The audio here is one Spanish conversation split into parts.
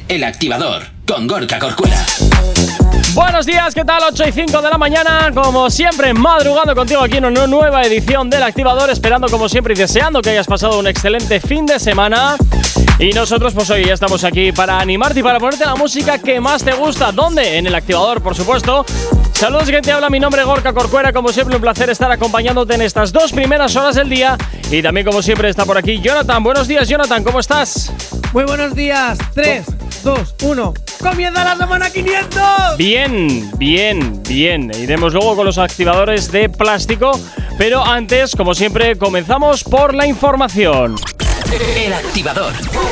El Activador, con Gorka Corcuera. Buenos días, ¿qué tal? 8 y 5 de la mañana, como siempre, madrugando contigo aquí en una nueva edición del Activador, esperando como siempre y deseando que hayas pasado un excelente fin de semana. Y nosotros pues hoy ya estamos aquí para animarte y para ponerte la música que más te gusta. ¿Dónde? En el Activador, por supuesto. Saludos, que te habla, mi nombre es Gorka Corcuera. Como siempre, un placer estar acompañándote en estas 2 primeras horas del día. Y también, como siempre, está por aquí Jonathan. Buenos días, Jonathan, ¿cómo estás? Muy buenos días. 3, 2, 1. ¡Comienza la semana 500! Bien. Iremos luego con los activadores de plástico. Pero antes, como siempre, comenzamos por la información. El Activador.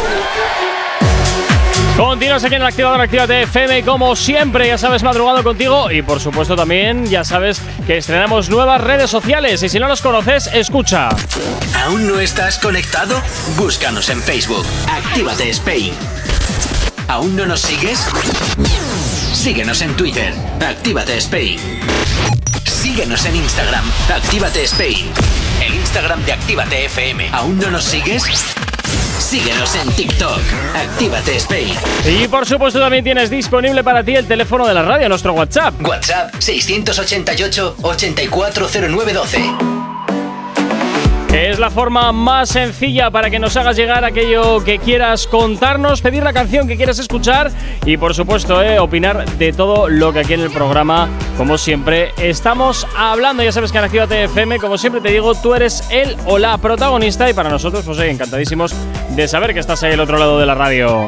Continuas aquí en el Activador, Actívate FM, como siempre, ya sabes, madrugado contigo. Y por supuesto también, ya sabes que estrenamos nuevas redes sociales. Y si no los conoces, escucha. ¿Aún no estás conectado? Búscanos en Facebook. Actívate Spain. ¿Aún no nos sigues? Síguenos en Twitter. Actívate Spain. Síguenos en Instagram. Actívate Spain. El Instagram de Actívate FM. ¿Aún no nos sigues? Síguenos en TikTok. Actívate Spain. Y por supuesto también tienes disponible para ti el teléfono de la radio, nuestro WhatsApp. WhatsApp 688-840912. Es la forma más sencilla para que nos hagas llegar aquello que quieras contarnos, pedir la canción que quieras escuchar y por supuesto opinar de todo lo que aquí en el programa, como siempre, estamos hablando. Ya sabes que en Actívate FM, como siempre te digo, tú eres el o la protagonista y para nosotros, pues encantadísimos de saber que estás ahí al otro lado de la radio.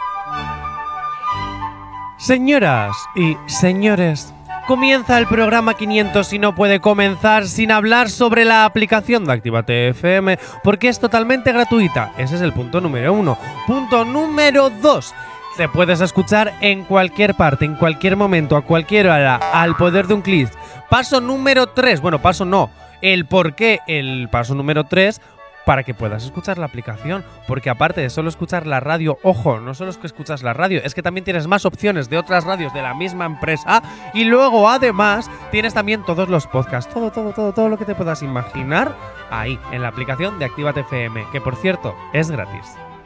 Señoras y señores, comienza el programa 500 y no puede comenzar sin hablar sobre la aplicación de Actívate FM, porque es totalmente gratuita. Ese es el punto número 1. Punto número 2. Te puedes escuchar en cualquier parte, en cualquier momento, a cualquier hora, al poder de un clic. Paso número 3. Bueno, paso no. El por qué el paso número 3. Para que puedas escuchar la aplicación, porque aparte de solo escuchar la radio, ojo, no solo es que escuchas la radio, es que también tienes más opciones de otras radios de la misma empresa y luego además tienes también todos los podcasts, todo lo que te puedas imaginar ahí, en la aplicación de Actívate FM, que por cierto, es gratis.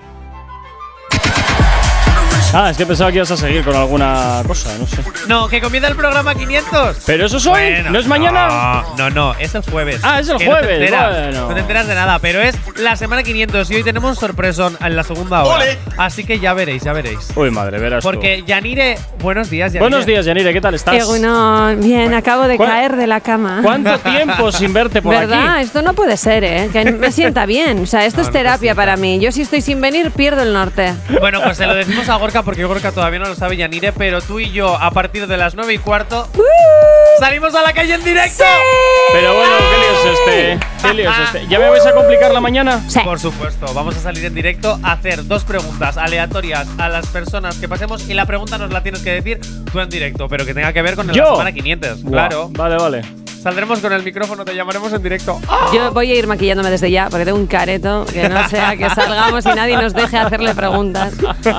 Es que pensaba que ibas a seguir con alguna cosa, no sé. No, que comienza el programa 500. ¿Pero eso es hoy? Bueno, ¿No es mañana? No, es el jueves. Es el que jueves, no te enteras de nada, pero es la semana 500 y hoy tenemos sorpresón en la segunda hora. ¡Ole! Así que ya veréis. Uy, madre, verás porque tú. Yanire, buenos días, Yanire. Buenos días, Yanire, ¿qué tal estás? Bueno, bien, acabo de caer de la cama. ¿Cuánto tiempo sin verte por aquí? ¿Verdad? Esto no puede ser, que me sienta bien. O sea, esto es terapia para mí. Yo si estoy sin venir, pierdo el norte. Bueno, pues se lo decimos a Gorka porque Gorka todavía no lo sabe, Yanire, pero tú y yo a partir de las 9:15 salimos a la calle en directo. ¡Sí! Pero bueno, ¿qué lío es este? ¿Ya me vais a complicar la mañana? Sí. Por supuesto, vamos a salir en directo a hacer 2 preguntas aleatorias a las personas que pasemos y la pregunta nos la tienes que decir tú en directo, pero que tenga que ver con la semana 500. Claro. Vale. Saldremos con el micrófono, te llamaremos en directo. Yo voy a ir maquillándome desde ya porque tengo un careto que no sea que salgamos y nadie nos deje hacerle preguntas.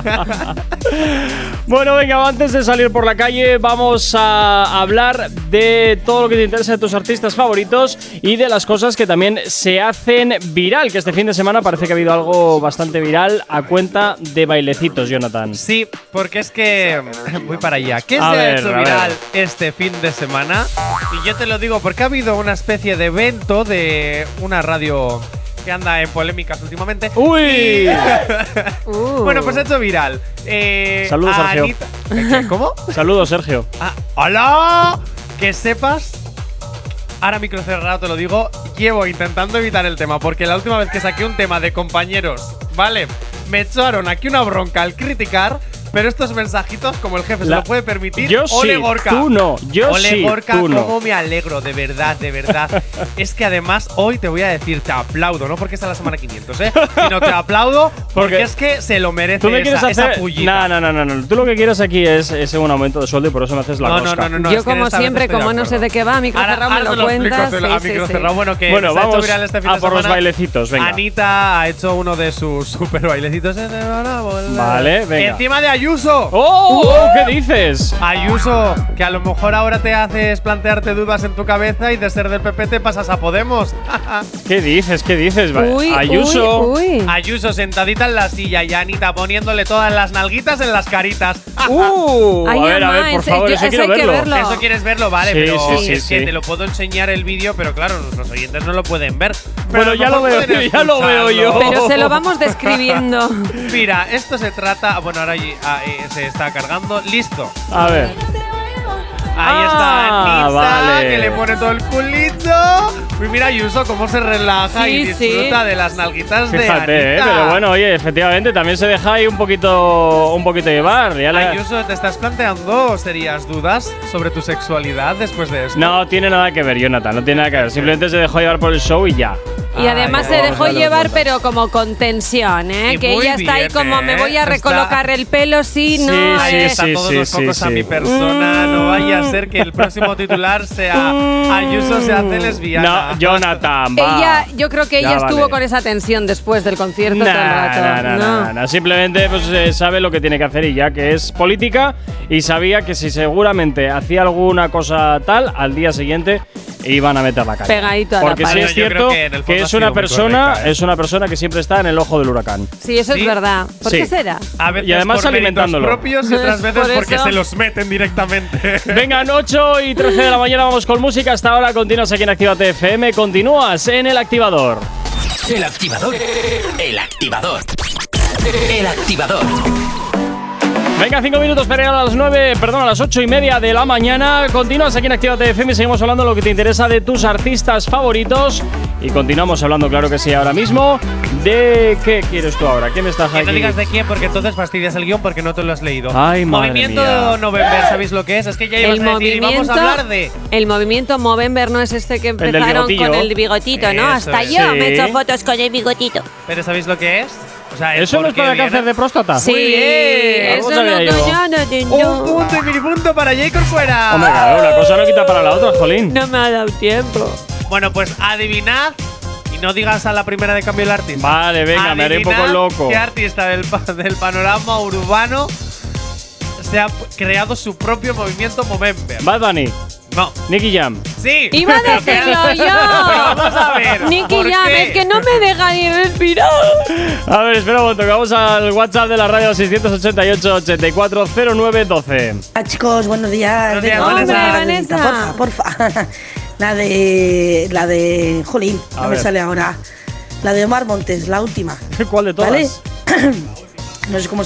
Bueno, venga, antes de salir por la calle vamos a hablar de todo lo que te interesa de tus artistas favoritos y de las cosas que también se hacen viral, que este fin de semana parece que ha habido algo bastante viral a cuenta de bailecitos, Jonathan. Sí, porque es que voy para allá. ¿Qué se ha hecho viral este fin de semana? Y yo te lo digo porque ha habido una especie de evento de una radio que anda en polémicas últimamente. ¡Uy! Bueno, pues ha hecho viral. Saludos, Sergio. ¿Cómo? Saludos, Sergio. ¡Hola! Que sepas, ahora micro cerrado te lo digo, llevo intentando evitar el tema porque la última vez que saqué un tema de compañeros, ¿vale? Me echaron aquí una bronca al criticar. Pero estos mensajitos, como el jefe se lo puede permitir, yo ole sí, Gorka. Tú no, yo ole sí, Gorka, tú no. cómo me alegro, de verdad. Es que además hoy te voy a decir, te aplaudo, no porque está la semana 500, sino te aplaudo porque es que se lo merece. ¿Tú me quieres esa hacer? pullita. No. Tú lo que quieres aquí es un aumento de sueldo y por eso me haces la cosca. No, yo como siempre, como no sé de qué va, a micro cerrado me lo cuentas. Bueno, que bueno, se ha hecho vamos viral este fin a de por semana. los bailecitos, venga. Anita ha hecho uno de sus super bailecitos. Vale, venga. Encima de Ayuso. ¡Oh! ¿Qué dices? Ayuso, que a lo mejor ahora te haces plantearte dudas en tu cabeza y de ser del PP te pasas a Podemos. ¿Qué dices? Uy, Ayuso. uy. Ayuso sentadita en la silla y Anita poniéndole todas las nalguitas en las caritas. Ay, a ver, mamá, por favor, eso eso quiero hay que verlo. ¿Eso quieres verlo? Vale, Sí, pero sí, es que sí. te lo puedo enseñar el vídeo, pero claro, los oyentes no lo pueden ver. Pero Bueno, a lo ya lo mejor veo, pueden ya lo veo yo. escucharlo. Pero se lo vamos describiendo. Mira, esto se trata… Bueno, ahora se está cargando. ¡Listo! A ver. Ahí está Nitsa, vale. que le pone todo el culito. Y mira Ayuso cómo se relaja Sí, y disfruta de las nalguitas Fíjate, de Anita. pero bueno, oye, efectivamente también se deja ahí un poquito llevar. Ayuso, ¿te estás planteando serias dudas sobre tu sexualidad después de esto? No tiene nada que ver, Jonathan, no tiene nada que ver. Simplemente se dejó llevar por el show y ya. Y además se dejó llevar, pero como con tensión, ¿eh? Y Que muy ella está ahí bien, como, me voy a Está- recolocar el pelo, sí, Sí, no. Ahí está sí, todos sí, los sí, focos a sí. mi persona. No vaya a ser que el próximo titular sea Ayuso se hace lesbiana. No, Jonathan, va. Ella, yo creo que Ya ella estuvo vale. con esa tensión después del concierto todo el rato. No. Simplemente pues, sabe lo que tiene que hacer y ya, que es política, y sabía que si seguramente hacía alguna cosa tal, al día siguiente iban a meter la calle. Pegadito a la Porque sí pared. es Yo creo cierto que en el fondo que ha es sido una muy persona, correcta, ¿eh? es una persona que siempre está en el ojo del huracán. Sí, eso ¿Sí? es verdad. ¿Por Sí. qué será? A veces Y además por méritos alimentándolo. propios y otras veces Por porque eso. se los meten directamente. Vengan, 8 y 13 de la mañana, vamos con música. Hasta ahora continúas aquí en Actívate FM, continúas en El Activador. El activador. El activador. El activador. Venga, 5 minutos para llegar a las 8:30 de la mañana. Continúas aquí en Actívate FM y seguimos hablando de lo que te interesa de tus artistas favoritos. Y continuamos hablando, claro que sí, ahora mismo. ¿De qué quieres tú ahora? ¿Qué me estás Que aquí? no digas de quién porque entonces fastidias el guión porque no te lo has leído. Ay, madre Movimiento mía. November, ¿sabéis lo que es? Es que ya ibas a decir, y vamos a hablar de… el movimiento Movember no es este que del empezaron bigotillo. con el bigotito, ¿no? Eso Hasta es. yo Sí. me he hecho fotos con el bigotito. ¿Pero sabéis lo que es? O sea, el ¿Eso no por es qué para viene. cáncer de próstata? Sí, bien. eso Algo no sabía yo. yo no tengo. Un punto y mini punto para Jacob fuera. Hombre, claro, una cosa no quita para la otra, jolín. No me ha dado tiempo. Bueno, pues adivinad y no digas a la primera de cambio el artista. Vale, venga, me haré un poco Adivinad loco. ¿Qué artista del panorama urbano se ha creado su propio movimiento Movember? Bad Bunny, No. Nicky Jam. Sí. Iba a decirlo yo. Pero vamos a ver. Nicky ¿por Jam, qué? es que no me deja ni respirar. A ver, espera un momento, que vamos al WhatsApp de la radio 688-840912. Hola chicos, buenos días. Buenos días, Venga, Vanessa. una Vanessa. cancioncita, porfa. la de Jolín, A no me ver. sale ahora. La de Omar Montes, la última. ¿Cuál de todas? ¿Vale? No sé cómo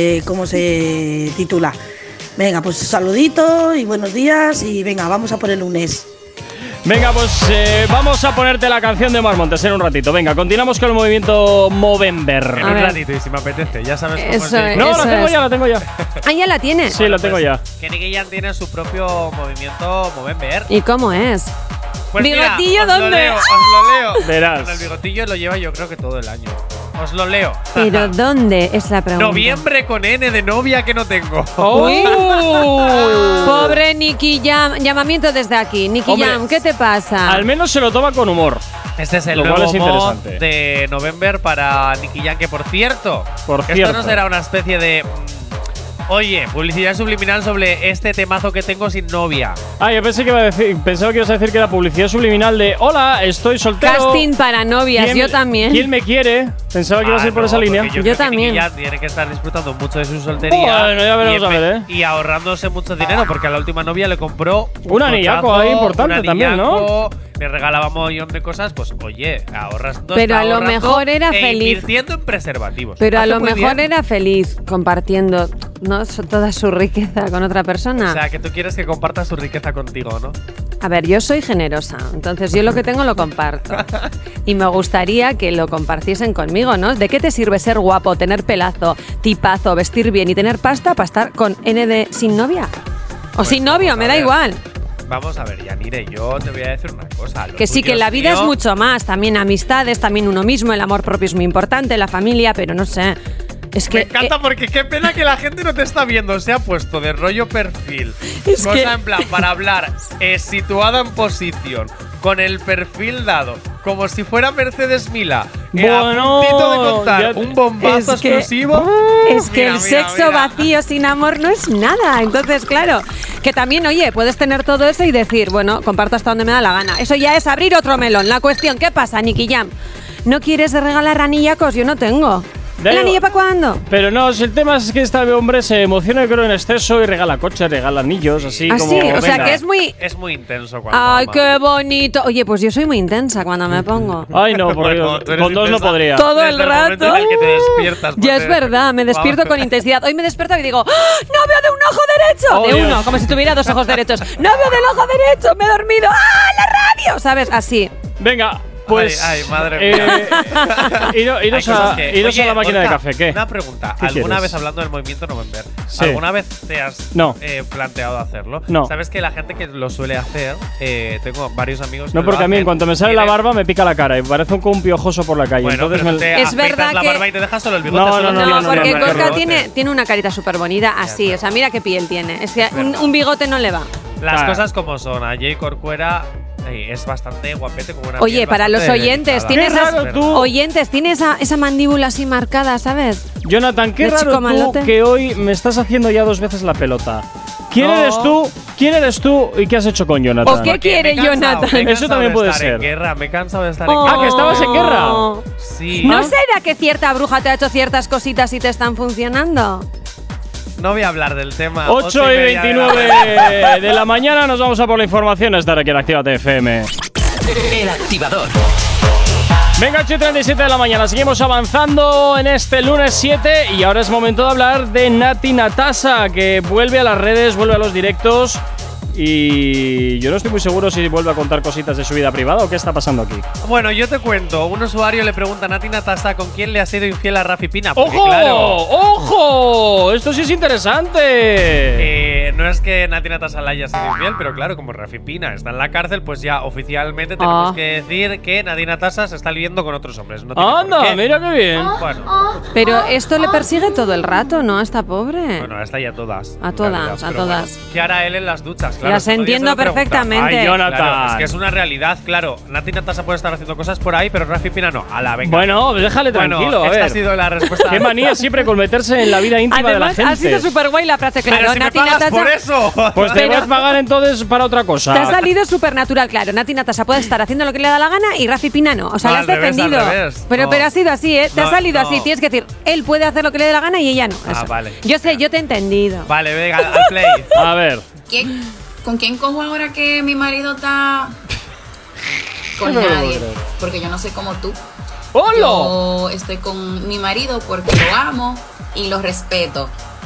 se titula. Venga, pues saludito y buenos días y venga, vamos a por el lunes. Venga, pues vamos a ponerte la canción de Omar Montes en un ratito. Venga, continuamos con el movimiento Movember. En A un ver. ratito y si me apetece, ya sabes cómo Eso es. es. No, Eso la tengo es. ya, la tengo ya. Ah, ya la tienes. Sí, la tengo ya. Que Nicky Jam tiene su propio movimiento Movember. ¿Y cómo es? Pues mira, ¿Bigotillo os lo dónde? leo, os lo leo. Verás. Con el bigotillo lo lleva yo creo que todo el año. Os lo leo. ¿Pero dónde es la pregunta? Noviembre con N de novia que no tengo. Uy. ¡Oh! Pobre Nicky Jam. Llamamiento desde aquí. Nicky Hombre, Jam, ¿qué te pasa? Al menos se lo toma con humor. Este es el Lo cual nuevo es mod interesante. de November para Nicky Jam, que por cierto, esto cierto. no será una especie de… oye, publicidad subliminal sobre este temazo que tengo sin novia. Ah, yo pensé que pensaba que ibas a decir que era publicidad subliminal de hola, estoy soltero. Casting para novias, ¿Quién- yo también. ¿Quién me quiere? Pensaba que ibas a ir por no, esa línea. porque Yo creo que también. Nicky Jam tiene que estar disfrutando mucho de su soltería. Bueno, ya veremos y a ver, ¿eh? Y ahorrándose mucho dinero, porque a la última novia le compró Un anillaco ahí importante también, ¿no? Le regalábamos un millón de cosas, pues oye, ahorras. Pero a lo mejor era feliz. Invirtiendo en preservativos. Pero a Hace lo muy mejor bien. era feliz compartiendo toda su riqueza con otra persona. O sea, que tú quieres que comparta su riqueza contigo, ¿no? A ver, yo soy generosa, entonces yo lo que tengo lo comparto. Y me gustaría que lo compartiesen conmigo, ¿no? ¿De qué te sirve ser guapo, tener pelazo, tipazo, vestir bien y tener pasta para estar con N de sin novia? O Pues sin novio, vamos a me da ver. igual. Vamos a ver, Yanire, yo te voy a decir una cosa. lo Que sí, tuyo que la vida es mío. mucho más. También amistades, también uno mismo, el amor propio es muy importante, la familia, pero no sé. Es que. Me encanta porque qué pena que la gente no te está viendo. Se ha puesto de rollo perfil. Es Cosa que- en plan, para hablar, situada en posición, con el perfil dado, como si fuera Mercedes Milá, Bueno, a puntito de contar ya- un bombazo Es que- exclusivo. Es que Mira, el mira, sexo mira. vacío sin amor no es nada. Entonces, claro, que también, oye, puedes tener todo eso y decir, bueno, comparto hasta donde me da la gana. Eso ya es abrir otro melón. La cuestión, ¿qué pasa, Nicky Jam? ¿No quieres regalar anillacos? Yo no tengo. Da ¿El igual. anillo para cuándo? Pero no, si el tema es que este hombre se emociona, creo, en exceso y regala coches, regala anillos, así Ah, como. sí, o sea venga. que es muy... Es muy intenso cuando ¡Ay, ama. qué bonito! Oye, pues yo soy muy intensa cuando me pongo. Ay, no, por Bueno, Dios, tú eres con dos no intensa podría. Todo desde el momento rato. en el que te despiertas. Ya es porque- verdad, me despierto con intensidad. Hoy me despierto y digo, ¡Ah! ¡No veo de un ojo derecho! Oh, de Dios. uno, como si tuviera dos ojos derechos. ¡No veo del ojo derecho! ¡Me he dormido! ¡Ah, la radio! ¿Sabes? Así. Venga, pues. Ay, madre mía. Iros Hay cosas que- iros a Oye, la máquina de Gorka, café, ¿qué? Una pregunta. ¿Qué ¿Alguna quieres? vez hablando del movimiento November, Sí. alguna vez te has No. planteado hacerlo? No. ¿Sabes que la gente que lo suele hacer, tengo varios amigos que No, lo porque a mí en hacen, cuanto me sale la quieren- barba me pica la cara y parece un piojoso por la calle. Bueno, entonces pero me. te Es afeitas verdad la que- barba y te dejas solo el bigote. No, solo no, te No, dejas porque el Gorka bigote. tiene una carita súper bonita así. O sea, mira qué piel tiene. Es que un bigote no le va. Las Claro. cosas como son. A Jay Corcuera es bastante guapete como una Oye, piel para los bastante oyentes, delicada. tiene Qué esas, raro tú. oyentes, tiene esa mandíbula así marcada, ¿sabes? Jonathan, qué de raro chico tú malote. que hoy me estás haciendo ya 2 veces la pelota. ¿Quién No. eres tú? ¿Quién eres tú y qué has hecho con Jonathan? ¿O qué Porque quiere me he cansado, Jonathan? me he Eso cansado también de puede estar ser. en guerra, me he cansado de estar Oh. en Ah, que estabas en guerra. Sí. ¿No será que cierta bruja te ha hecho ciertas cositas y te están funcionando? No voy a hablar del tema. 8 y 8:30 de la 29 de la mañana nos vamos a por la información. Estar aquí en Actívate FM. El activador. Venga, 8 y 37 de la mañana. Seguimos avanzando en este lunes 7 y ahora es momento de hablar de Nati Natasha, que vuelve a las redes, vuelve a los directos. Y yo no estoy muy seguro si vuelve a contar cositas de su vida privada o qué está pasando aquí. Bueno, yo te cuento. Un usuario le pregunta a Nati Natasha con quién le ha sido infiel a Rafi Pina. Porque, ¡Ojo! claro, ¡Ojo! Esto sí es interesante. no es que Nati Natasha le haya sido infiel, pero claro, como Rafi Pina está en la cárcel, pues ya oficialmente tenemos Ah. que decir que Nati Natasha se está liando con otros hombres. No tiene por Anda, qué. mira qué bien. Bueno, Pero esto le persigue todo el rato, ¿no? A esta pobre. bueno, a esta y a todas. A en todas, realidad. a Pero todas. bueno, ¿qué hará él en las duchas? Claro, Las esto ya entiendo se lo pregunta. perfectamente. Ay, Jonathan. Claro, es que es una realidad, claro. Nati Natasha puede estar haciendo cosas por ahí, pero Rafi Pina no. A la venga. Bueno, déjale Bueno, tranquilo, a esta ver. ha sido la respuesta. Qué manía siempre con meterse en la vida íntima Además, de la ha sido gente. súper guay la frase, claro. Pero si me Nati pagas Natasha, por eso. Pues te Pero- vas a pagar entonces para otra cosa. te ha salido súper natural, claro. Nati Natasha puede estar haciendo lo que le da la gana y Rafi Pina no. O sea, No, le has al revés, defendido. al revés. Pero, No. pero ha sido así, ¿eh? Te ha No, salido no. así. Tienes que decir, él puede hacer lo que le dé la gana y ella no. Ah, Eso. vale. Yo sé, yo te he entendido. Vale, venga, al play. A ver. ¿Con quién cojo ahora que mi marido está? Con No me lo nadie. puedo creer. Porque yo no soy como tú. ¡Hola! Yo estoy con mi marido porque lo amo y lo respeto.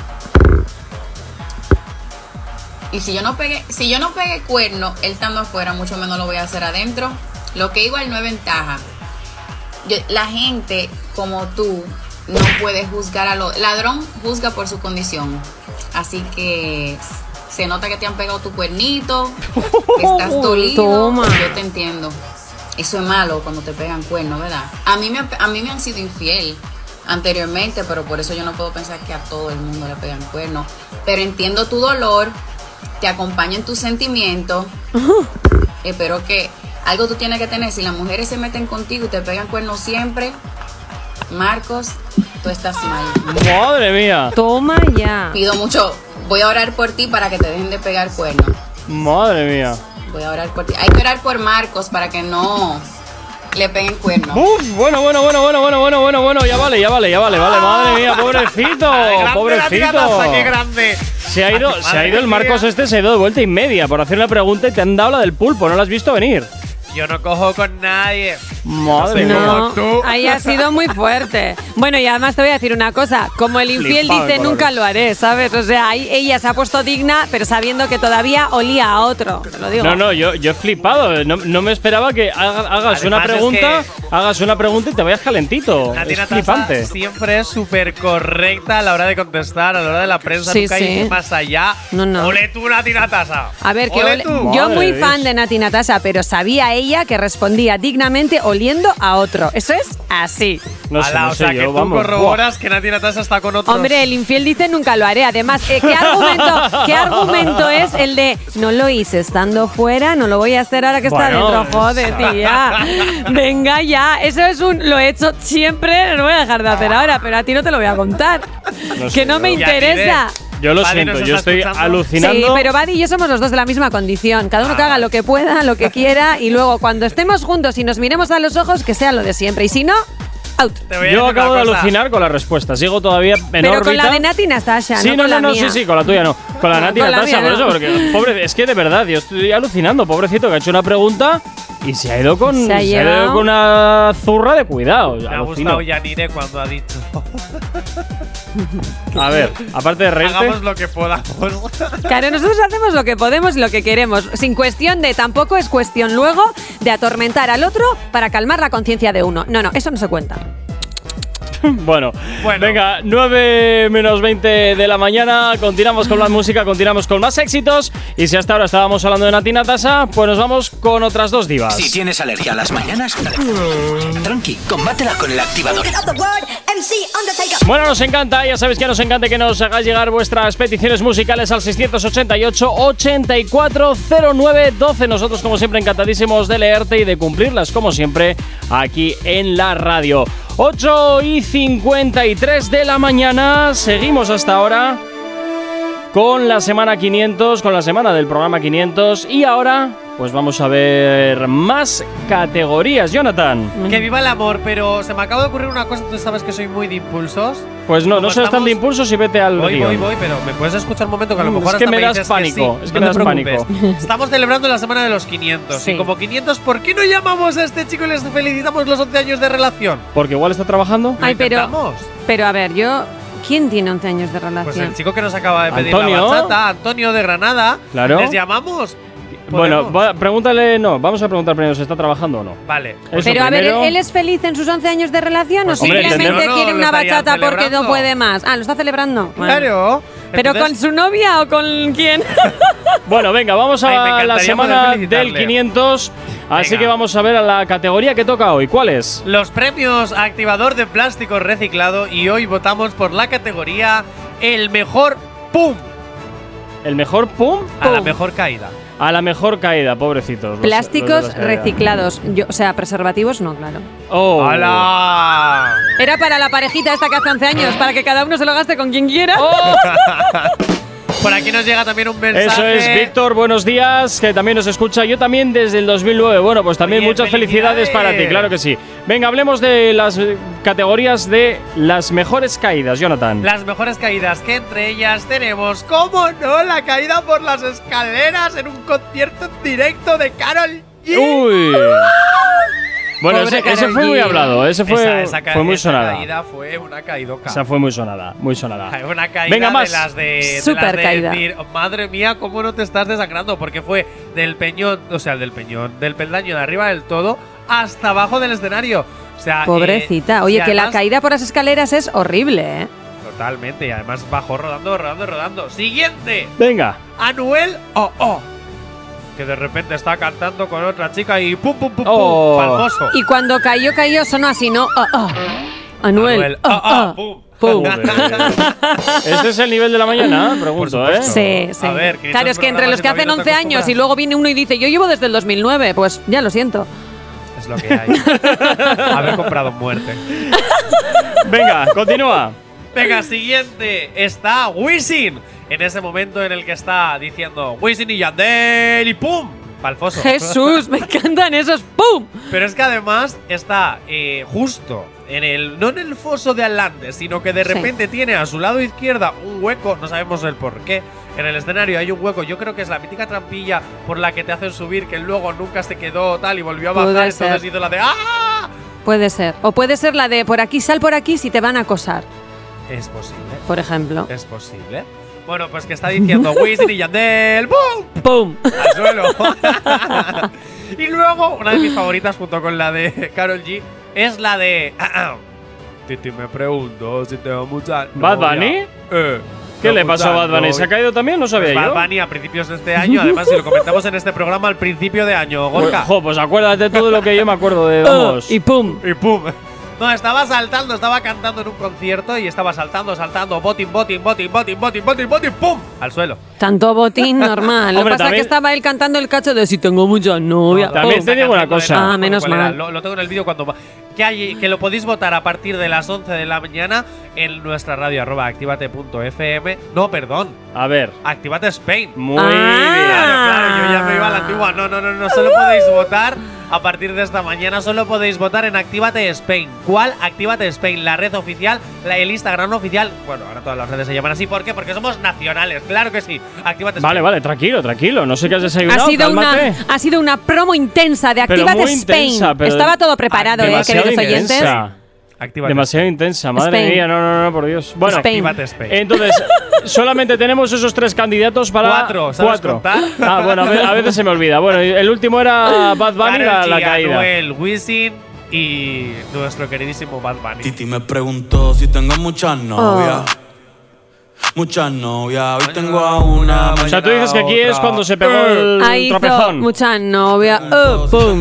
Y si yo no pegué cuerno, él estando afuera, mucho menos lo voy a hacer adentro. Lo que igual no es ventaja. La gente como tú no puede juzgar a los ladrón, juzga por su condición. Así que se nota que te han pegado tu cuernito, que estás dolido. Toma. Yo te entiendo. Eso es malo cuando te pegan cuernos, ¿verdad? A mí me han sido infiel anteriormente, pero por eso yo no puedo pensar que a todo el mundo le pegan cuernos. Pero entiendo tu dolor, te acompaño en tus sentimientos. Espero que algo tú tienes que tener. Si las mujeres se meten contigo y te pegan cuernos siempre, Marcos, tú estás mal. Madre mía. Toma ya. Pido mucho. Voy a orar por ti para que te dejen de pegar cuernos. Madre mía. Voy a orar por ti. Hay que orar por Marcos para que no le peguen cuernos. Uf, bueno. Ya vale. Madre mía, pobrecito. Pobrecito. ¡Qué grande! Se ha ido el Marcos este, se ha ido de vuelta y media por hacer una pregunta y te han dado la del pulpo, no la has visto venir. Yo no cojo con nadie. Madre No sé mía. cómo No, tú. ahí ha sido muy fuerte. Bueno, y además te voy a decir una cosa. Como el infiel Flipado de dice, colores. nunca lo haré, ¿sabes? O sea, ahí ella se ha puesto digna, pero sabiendo que todavía olía a otro. Te lo digo. No, yo he flipado. No me esperaba que hagas una Además, pregunta, es y te vayas calentito. Nati Es Natasha flipante. siempre es súper correcta a la hora de contestar, a la hora de la prensa. Sí, nunca sí. hay más allá. No. ¡Ole tú, Nati Natasha! A ver, que ¡Ole tú! yo Madre muy de fan Dios. de Nati Natasha, pero sabía ella que respondía dignamente, oliendo a otro. Eso es así. No sé, Ala, no o sé sea, yo, que tú vamos. corroboras que Nati Natasha está con otros. Hombre, el infiel dice nunca lo haré. Además, ¿qué argumento es el de no lo hice estando fuera, no lo voy a hacer ahora que está Bueno, dentro? Joder, tía. Venga ya. Eso es lo he hecho siempre, no lo voy a dejar de hacer ahora, pero a ti no te lo voy a contar. No sé que no yo. me interesa. Yo lo Vale, siento, ¿nos yo está estoy escuchando? alucinando. Sí, pero Buddy y yo somos los dos de la misma condición. Cada uno que haga lo que pueda, lo que quiera, y luego cuando estemos juntos y nos miremos a los ojos, que sea lo de siempre. Y si no, out. Te voy a Yo decir acabo una de cosa. alucinar con la respuesta. Sigo todavía en Pero órbita. con la de Nati Natasha, Sí, no con la mía. sí, con la tuya no. Con la No, Nati con la Natasha, mía por eso, no. porque, pobre, es que de verdad, yo estoy alucinando. Pobrecito que ha hecho una pregunta y se ha ido con, Se ha llevado con una zurra de cuidado. Me ha Alucino. gustado Yanire cuando ha dicho A ver, aparte de reírte. hagamos lo que podamos. Claro, nosotros hacemos lo que podemos y lo que queremos, sin cuestión de, tampoco es cuestión luego de atormentar al otro para calmar la conciencia de uno. No, eso no se cuenta. Bueno, Bueno. venga, 9 menos 20 de la mañana. Continuamos con la música, continuamos con más éxitos. Y si hasta ahora estábamos hablando de Nati Natasha, pues nos vamos con otras dos divas. Si tienes alergia a las mañanas, tranqui, combátela con el activador. Bueno, nos encanta, ya sabéis que nos encanta que nos hagáis llegar vuestras peticiones musicales al 688-840912. Nosotros, como siempre, encantadísimos de leerte y de cumplirlas, como siempre, aquí en la radio. 8:53 de la mañana, seguimos hasta ahora con la semana 500, con la semana del programa 500. Y ahora, pues vamos a ver más categorías. Jonathan. Que viva el amor, pero se me acaba de ocurrir una cosa. Tú sabes que soy muy de impulsos. Pues no Como seas tan de estamos- impulsos y vete al Voy, guión. pero ¿me puedes escuchar un momento? Que a lo Es mejor que hasta me das dices pánico, sí. es que No me te das preocupes. pánico. Estamos celebrando la semana de los 500. Sí. Y como 500, ¿por qué no llamamos a este chico y les felicitamos los 11 años de relación? Porque igual está trabajando. Ay, pero, ¿Intentamos? pero a ver, ¿quién tiene 11 años de relación? Pues el chico que nos acaba de pedir Antonio. la bachata, Antonio de Granada. Claro. ¿Les llamamos? Bueno, ¿Podemos? pregúntale, no, vamos a preguntar primero si está trabajando o no. Vale. Eso Pero a ver, primero. ¿él es feliz en sus 11 años de relación Pues o hombre, simplemente entendemos. quiere No, una lo estarían bachata porque no celebrando. puede más? Ah, ¿lo está celebrando? Bueno. Claro. ¿Pero Entonces, con su novia o con quién? Bueno, venga, vamos Ay, me a la encantaría semana poder felicitarle. del 500. Así Venga. que vamos a ver a la categoría que toca hoy. ¿Cuál es? Los premios Activador de Plástico Reciclado y hoy votamos por la categoría El Mejor PUM El mejor pum a la Pum. mejor caída. a la mejor caída, pobrecitos. los de Plásticos las caídas. reciclados. O sea, preservativos no, claro. Oh. ¡Hala! Era para la parejita esta que hace 11 años, para que cada uno se lo gaste con quien quiera. Oh. Por aquí nos llega también un mensaje. Eso es, Víctor, buenos días, que también nos escucha. Yo también desde el 2009. Bueno, pues también Oye, muchas felicidades para ti, claro que sí. Venga, hablemos de las categorías de las mejores caídas, Jonathan. Las mejores caídas, que entre ellas tenemos, ¿cómo no?, la caída por las escaleras en un concierto en directo de Karol G. Uy. Bueno, Pobre ese Karol fue muy G. hablado, ese fue, fue muy sonada. Esa caída fue una caidoca. Esa fue muy sonada, muy sonada. Una caída Venga, más. de las de Súper las de caída. decir, madre mía, cómo no te estás desangrando, porque fue del peñón, o sea, del peldaño de arriba del todo hasta abajo del escenario. O sea, Pobrecita. Oye, y que la además- caída por las escaleras es horrible, ¿eh? Totalmente, y además bajó rodando. Siguiente, Venga. Anuel O. Que de repente está cantando con otra chica y pum, Oh. palmoso. Y cuando cayó, sonó así, ¿no? Anuel. Pum. Pum. ¿Este es el nivel de la mañana? Pregunto, Por supuesto. ¿eh? Sí, sí. A ver, 500 claro, es que entre los que programas y hacen todavía no 11 te años y acostumbras. luego viene uno y dice, yo llevo desde el 2009, pues ya lo siento. Es lo que hay. Haber comprado muerte. Venga, continúa. Venga, siguiente. Está Wisin. En ese momento en el que está diciendo Wisin y Yandel y ¡pum! Palfoso. Jesús, me encantan esos ¡pum! Pero es que además está justo en el, no en el foso de adelante, sino que de Sí. repente tiene a su lado izquierda un hueco, no sabemos el por qué. En el escenario hay un hueco, yo creo que es la mítica trampilla por la que te hacen subir, que luego nunca se quedó tal y volvió a bajar, Puede entonces ser. hizo la de ¡ah! Puede ser. O puede ser la de por aquí, sal por aquí si te van a acosar, Es posible, por ejemplo. es posible. Bueno, pues que está diciendo Wisin y Yandel, ¡pum! ¡Pum! Al suelo. Y luego, una de mis favoritas junto con la de Karol G es la de Titi me pregunto si tengo mucha ¿Bad novia. Bunny? ¿Qué le pasó a Bad Bunny? ¿Se ha caído también? No sabía Bad yo. Bunny a principios de este año, además, si lo comentamos en este programa al principio de año, Gorka. Pues acuérdate todo lo que yo me acuerdo de. Vamos. Y pum. Y pum. No, estaba saltando, estaba cantando en un concierto y estaba saltando, botín, ¡pum! Al suelo. Tanto botín normal. Lo Hombre, que pasa es también- que estaba él cantando el cacho de si tengo mucha novia. También Pum. te digo una cosa. Ah, menos ¿Cuál era? mal. Lo tengo en el vídeo cuando. Que lo podéis votar a partir de las 11 de la mañana en nuestra radio @activate.fm. No, perdón. A ver. Activate Spain. Muy Ah. bien. Claro, yo ya me iba a la antigua. No, solo podéis votar a partir de esta mañana. Solo podéis votar en Actívate Spain. ¿Cuál? Actívate Spain, la red oficial, el Instagram oficial. Bueno, ahora todas las redes se llaman así. ¿Por qué? Porque somos nacionales. Claro que sí. Actívate Spain. Vale, tranquilo. No sé qué has desayunado. Cálmate. Ha sido una promo intensa de Pero Actívate muy Spain. intensa, pero Estaba todo preparado, demasiado queridos oyentes. intensa. Actívate Demasiado intensa, madre Spain. mía, no, por Dios. Bueno, Spain. Actívate Spain. entonces, solamente tenemos esos 3 candidatos para. 4, ¿sabes contar? Ah, bueno, a veces se me olvida. Bueno, el último era Bad Bunny, Karol la G, caída. Anuel, Wisin y nuestro queridísimo Bad Bunny. Titi me preguntó si tengo muchas novias. Muchas novias, hoy tengo a una. O sea, tú dices que aquí es cuando se pegó el Ahí hizo tropezón. mucha novia. Pum.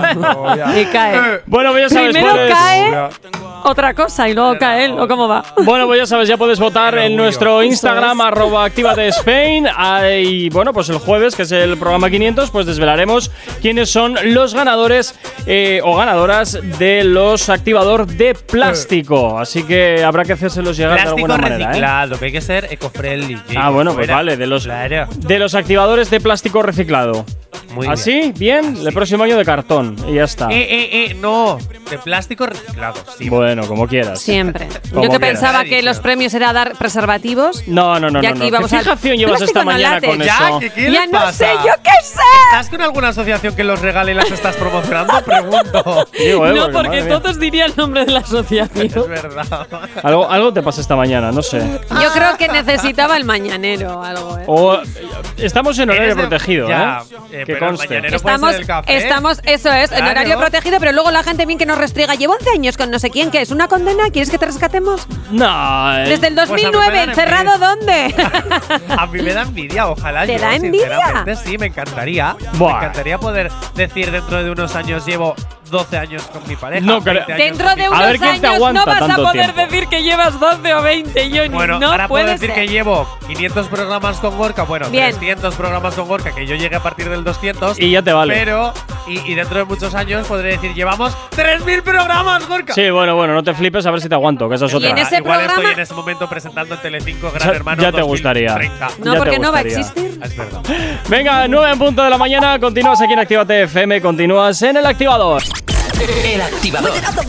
Y cae. Bueno, pues ya sabes, Primero puedes- cae otra cosa y luego cae él. ¿O cómo va? Bueno, pues ya sabes, ya puedes votar en nuestro Instagram, @activatespain. Y bueno, pues el jueves, que es el programa 500, pues desvelaremos quiénes son los ganadores o ganadoras de los activador de plástico. Así que habrá que hacérselos llegar de Plástico alguna manera, ¿eh? reciclado, que hay que ser eco-friendly. Ah, bueno, pues Fuera. vale, de los Claro. activadores de plástico reciclado. Muy bien. ¿Así? Bien, el próximo año de cartón y ya está. No, de plástico reciclado. Sí. Bueno, como quieras. Siempre. Como Yo que quieras. pensaba que los premios era dar preservativos. No. Y aquí ¿Qué vamos a- fijación llevas Plástico esta no mañana late. con Ya, eso? ¿qué Ya les no pasa? sé, yo qué sé. ¿Estás con alguna asociación que los regale y las estás promocionando? Pregunto. Digo, No, porque madre mía. todos dirían el nombre de la asociación. Es verdad. Algo te pasa esta mañana, no sé. Yo creo que necesitaba el mañanero o algo, ¿eh? O estamos en horario Eres de- protegido, ya, que pero el conste. mañanero puede ser el café. Eso es, en Claro. horario protegido, pero luego la gente bien que nos restriega. Llevo 11 años con no sé quién, que es una condena, ¿quieres que te rescatemos? No, Desde el pues a mí me 2009, dan ¿encerrado dónde? A mí me da envidia, ojalá. ¿Te yo, da envidia? sinceramente, sí, me encantaría. Buah. Me encantaría poder decir dentro de unos años llevo 12 años con mi pareja. No creo- 20 años Dentro con de mi unos A ver quién te años aguanta no vas a tanto poder tiempo. decir que llevas 12 o 20, Johnny. Bueno, no ahora puedo puede decir ser. que llevo 500 programas con Gorka, bueno, Bien. 300 programas con Gorka, que yo llegué a partir del 200. Y ya te vale. Pero, y dentro de muchos años podré decir, llevamos 3000 programas, Gorka. Sí, bueno, no te flipes a ver si te aguanto, que esa es Y otra. en ese Igual programa- estoy en ese momento presentando en Telecinco Gran Ya- Hermano ya te gustaría. 2030. No, Ya te porque no va a gustaría. existir. Es verdad. Venga, 9 en punto de la mañana, continúas aquí en Actívate FM, continúas en el activador. El activador.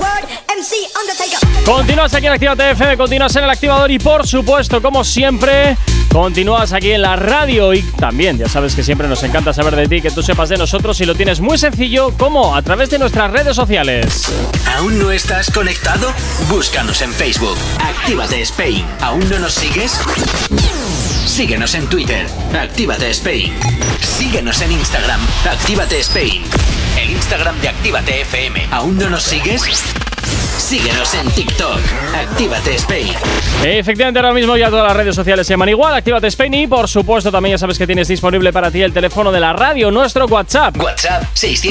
Continúas aquí en Actívate FM, continúas en el activador y por supuesto, como siempre, continúas aquí en la radio y también, ya sabes que siempre nos encanta saber de ti, que tú sepas de nosotros y lo tienes muy sencillo, como a través de nuestras redes sociales. ¿Aún no estás conectado? Búscanos en Facebook. Actívate Spain. ¿Aún no nos sigues? Síguenos en Twitter. Actívate Spain. Síguenos en Instagram. Actívate Spain. El Instagram de Actívate FM. ¿Aún no nos sigues? Síguenos en TikTok. Actívate Spain. Efectivamente, ahora mismo ya todas las redes sociales se llaman igual, Actívate Spain y por supuesto también ya sabes que tienes disponible para ti el teléfono de la radio, nuestro WhatsApp. WhatsApp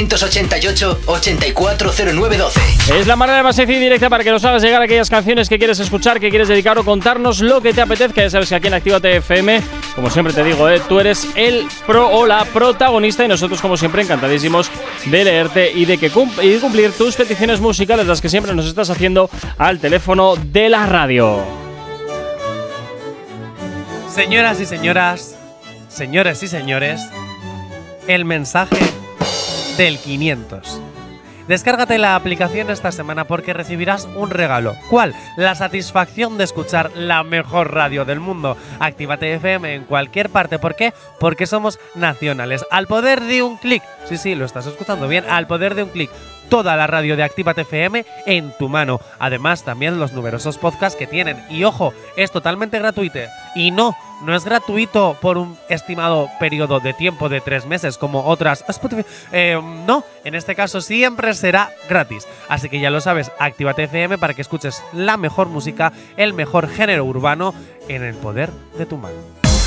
688-840912. Es la manera más sencilla y directa para que nos hagas llegar aquellas canciones que quieres escuchar, que quieres dedicar o contarnos lo que te apetezca. Ya sabes que aquí en Actívate FM, como siempre te digo, tú eres el pro o la protagonista y nosotros como siempre encantadísimos de leerte y de cumplir tus peticiones musicales, las que siempre nos estás haciendo al teléfono de la radio. Señoras y señoras, señores y señores, el mensaje del 500. Descárgate la aplicación esta semana porque recibirás un regalo. ¿Cuál? La satisfacción de escuchar la mejor radio del mundo. Actívate FM en cualquier parte. ¿Por qué? Porque somos nacionales. Al poder de un clic. Sí, lo estás escuchando bien. Al poder de un clic. toda la radio de Actívate FM en tu mano. Además, también los numerosos podcasts que tienen. Y ojo, es totalmente gratuito. Y no es gratuito por un estimado periodo de tiempo de 3 meses como otras Spotify. No, en este caso siempre será gratis. Así que ya lo sabes, Actívate FM para que escuches la mejor música, el mejor género urbano en el poder de tu mano.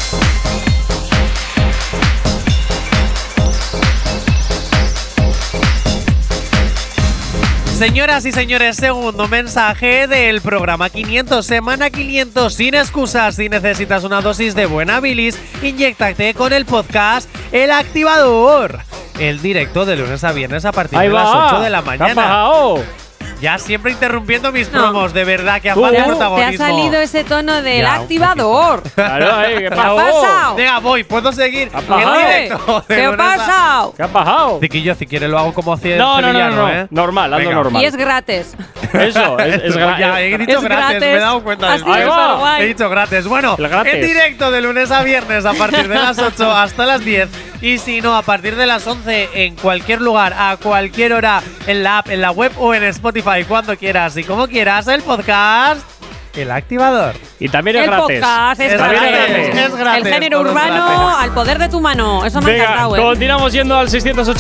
Señoras y señores, segundo mensaje del programa 500, semana 500, sin excusas. Si necesitas una dosis de buena bilis, inyéctate con el podcast El Activador. El directo de lunes a viernes a partir de las 8 de la mañana. Ya siempre interrumpiendo mis promos, de verdad, que falta protagonismo. Te ha salido ese tono del activador. Claro, ¿qué ha pasado? Venga, voy, puedo seguir. ¿Qué ha pasado? ¿Qué ha pasado? ¿Qué ha pasado? Ciquillo, si quieres lo hago como cien. No, ¿eh? Normal, hazlo normal. Y es gratis. Eso, es gratis. Ya, he dicho gratis, me he dado cuenta Así del es, He dicho gratis. Bueno, en directo de lunes a viernes a partir de las 8 hasta las 10. Y si no, a partir de las 11 en cualquier lugar, a cualquier hora, en la app, en la web o en Spotify, cuando quieras y como quieras, el podcast El Activador. Y también es el gratis. Podcast es gratis. Es gratis. El género urbano al poder de tu mano. Eso me ha encantado, Continuamos yendo al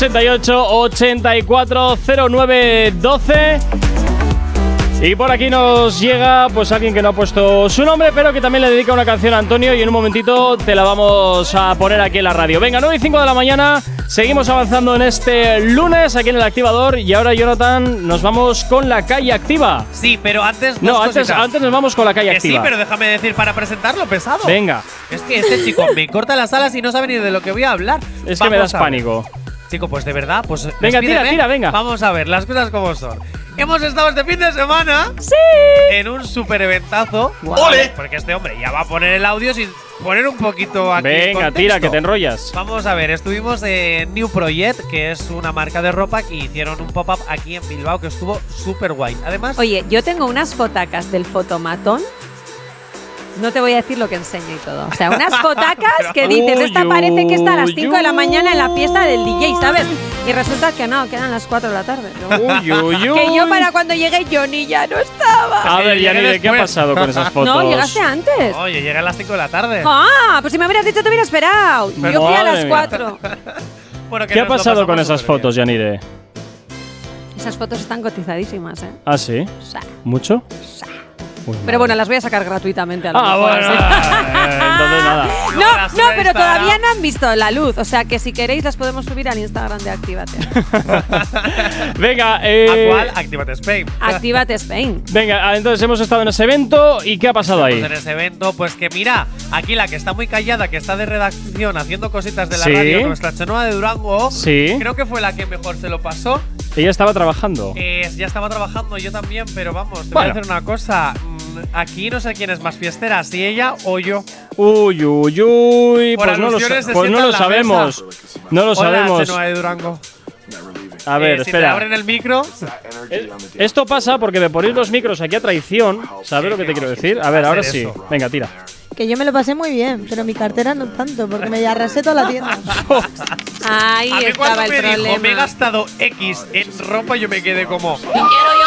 688-840912. Y por aquí nos llega pues alguien que no ha puesto su nombre, pero que también le dedica una canción a Antonio y en un momentito te la vamos a poner aquí en la radio. Venga, 9 y 5 de la mañana, seguimos avanzando en este lunes aquí en El Activador y ahora, Jonathan, nos vamos con la calle activa. Sí, pero antes… antes nos vamos con la calle activa. Sí, pero déjame decir para presentarlo, pesado. Venga. Es que este chico me corta las alas y no sabe ni de lo que voy a hablar. Es que me das pánico. Chico, pues de verdad, pues… Venga, tira, venga. Vamos a ver, las cosas como son. Hemos estado este fin de semana en un super eventazo. ¡Ole! Porque este hombre ya va a poner el audio sin poner un poquito aquí. Venga, tira, que te enrollas. Vamos a ver, estuvimos en New Project, que es una marca de ropa que hicieron un pop-up aquí en Bilbao que estuvo súper guay. Además… Oye, yo tengo unas fotacas del fotomatón. No te voy a decir lo que enseño y todo. O sea, unas fotacas que dices, esta parece que está a las 5 de la mañana en la fiesta del DJ, ¿sabes? Y resulta que no, que eran las 4 de la tarde. Que yo para cuando llegué, Johnny ya no estaba. A ver, Yanire, ¿qué ha pasado con esas fotos? No, llegaste antes. Oye, llegué a las 5 de la tarde. Ah, pues si me hubieras dicho te hubiera esperado. Yo fui a las 4. Bueno, ¿qué ha pasado con esas fotos, Yanire? Esas fotos están cotizadísimas, ¿eh? ¿Ah, sí? ¿Mucho? Pero bueno, las voy a sacar gratuitamente a lo mejor. Bueno, entonces nada. No, pero todavía no han visto la luz. O sea que si queréis las podemos subir al Instagram de Actívate. Venga, ¿a cuál? Actívate Spain. Actívate Spain. Venga, entonces hemos estado en ese evento y ¿qué ha pasado ahí? En ese evento, pues que mira, aquí la que está muy callada, que está de redacción haciendo cositas de la radio, nuestra Chenoa de Durango, creo que fue la que mejor se lo pasó. Ella estaba trabajando. Ya estaba trabajando, yo también, pero vamos, te voy a decir una cosa. Aquí no sé quién es más fiestera, si ella o yo. Uy, pues no lo sabemos. No lo sabemos. Chenoa de Durango. A ver, si espera. te abren el micro. Esto pasa porque me ponéis los micros aquí a traición. ¿Sabes lo que te quiero decir? A ver, ahora sí. Venga, tira. Que yo me lo pasé muy bien, pero mi cartera no tanto, porque me arrasé toda la tienda. Ahí a mí estaba cuando el me problema. dijo, me he gastado X en ropa, yo me quedé como… Que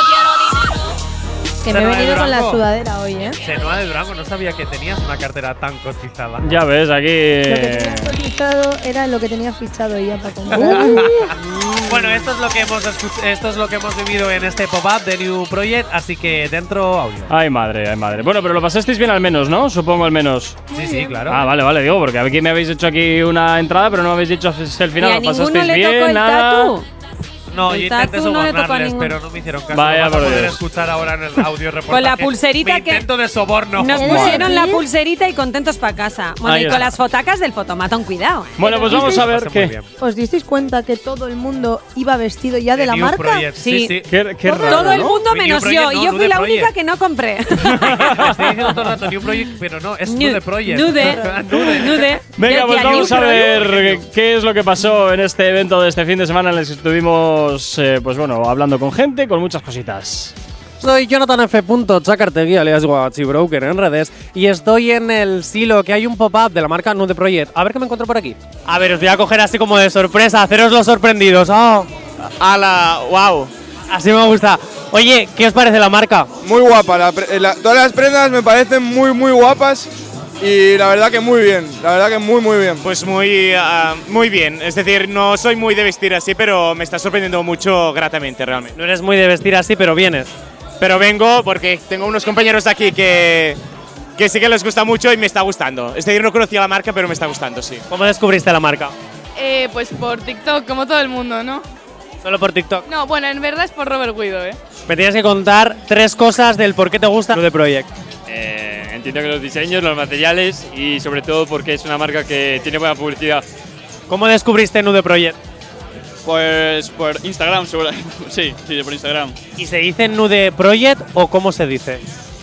me he venido con la sudadera hoy, ¿eh? Chenoa de Durango, no sabía que tenías una cartera tan cotizada. Ya ves, aquí… Lo que tenía cotizado era lo que tenía fichado ella para comprar. Bueno, esto es lo que hemos vivido en este pop-up de New Project, así que dentro audio. Ay, madre. Bueno, pero lo pasasteis bien al menos, ¿no? Supongo al menos. Sí, claro. Ah, vale, digo, porque aquí me habéis hecho aquí una entrada, pero no me habéis dicho el final. ¿Y a ¿Lo ninguno pasasteis le bien? tocó el Nada. tatu? No, El yo intenté tatu no le tocó a sobornarles, ninguno. pero no me hicieron caso. Vaya Lo vas a por poder Dios. escuchar ahora en el audio reportaje. Con la pulserita Mi intento de soborno. Nos pusieron la pulserita y contentos para casa. Bueno, Ahí y con está. las fotacas del fotomatón, cuidado. Bueno, pues vamos a ver Pasé muy qué. bien. ¿Os disteis cuenta que todo el mundo iba vestido ya de la New marca? Project, Sí. sí. Qué raro, Todo el ¿no? mundo New menos Project, yo. no, Y yo Nude fui la Project. única que no compré. Estoy diciendo todo el rato New Project, pero no, es Nude Project. Nude. Venga, Yo pues decía, vamos New a ver Project. qué es lo que pasó en este evento de este fin de semana en el que estuvimos, pues bueno, hablando con gente, con muchas cositas. Soy Jonathan F. Chacartegui, alias Guachibroker en redes, y estoy en el silo que hay un pop-up de la marca Nude Project. A ver qué me encuentro por aquí. A ver, os voy a coger así como de sorpresa, haceros los sorprendidos. ¡Oh! ¡Hala! ¡Wow! Así me gusta. Oye, ¿qué os parece la marca? Muy guapa, todas las prendas me parecen muy guapas y la verdad que muy bien, muy bien. Pues muy bien, es decir, no soy muy de vestir así, pero me está sorprendiendo mucho gratamente realmente. No eres muy de vestir así, pero vienes. Pero vengo porque tengo unos compañeros aquí que sí que les gusta mucho y me está gustando. Es decir, no conocía la marca, pero me está gustando, sí. ¿Cómo descubriste la marca? Pues por TikTok, como todo el mundo, ¿no? ¿Solo por TikTok? No, bueno, en verdad es por Robert Guido, ¿eh? Me tienes que contar 3 cosas del por qué te gusta Nude Project. Entiendo que los diseños, los materiales y sobre todo porque es una marca que tiene buena publicidad. ¿Cómo descubriste Nude Project? Pues por Instagram, sí, por Instagram. ¿Y se dice Nude Project o cómo se dice?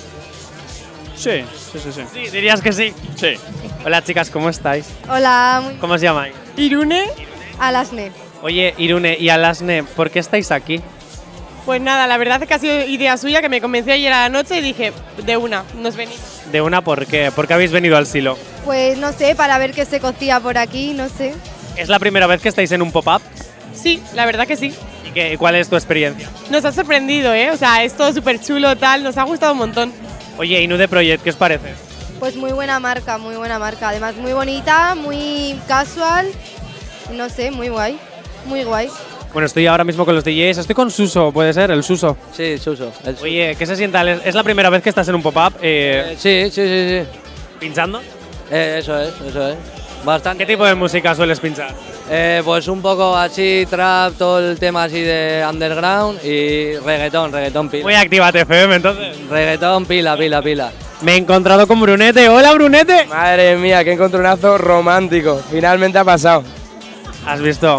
Sí. Sí, dirías que sí. Sí. Hola chicas, ¿cómo estáis? Hola, ¿Cómo os llamáis? Irune. Alasne. Oye, Irune y Alasne, ¿por qué estáis aquí? Pues nada, la verdad es que ha sido idea suya, que me convenció ayer a la noche y dije, de una, nos venimos. ¿De una por qué? ¿Por qué habéis venido al Silo? Pues no sé, para ver qué se cocía por aquí, no sé. ¿Es la primera vez que estáis en un pop-up? Sí, la verdad que sí. ¿Y cuál es tu experiencia? Nos ha sorprendido, ¿eh? O sea, es todo súper chulo, tal, nos ha gustado un montón. Oye, ¿y Nude Project qué os parece? Pues muy buena marca, además muy bonita, muy casual, no sé, muy guay, muy guay. Bueno, estoy ahora mismo con los DJs, estoy con Suso, ¿puede ser? El Suso. Sí, Suso. Oye, ¿qué se sienta? ¿Es la primera vez que estás en un pop-up? Sí. ¿Pinchando? Eso es. Bastante. ¿Qué tipo de música sueles pinchar? Pues un poco así, trap, todo el tema así de underground y reggaetón pila. Muy Actívate FM, entonces. Reggaetón pila. Me he encontrado con Brunete. ¡Hola, Brunete! Madre mía, qué encontronazo romántico. Finalmente ha pasado. ¿Has visto?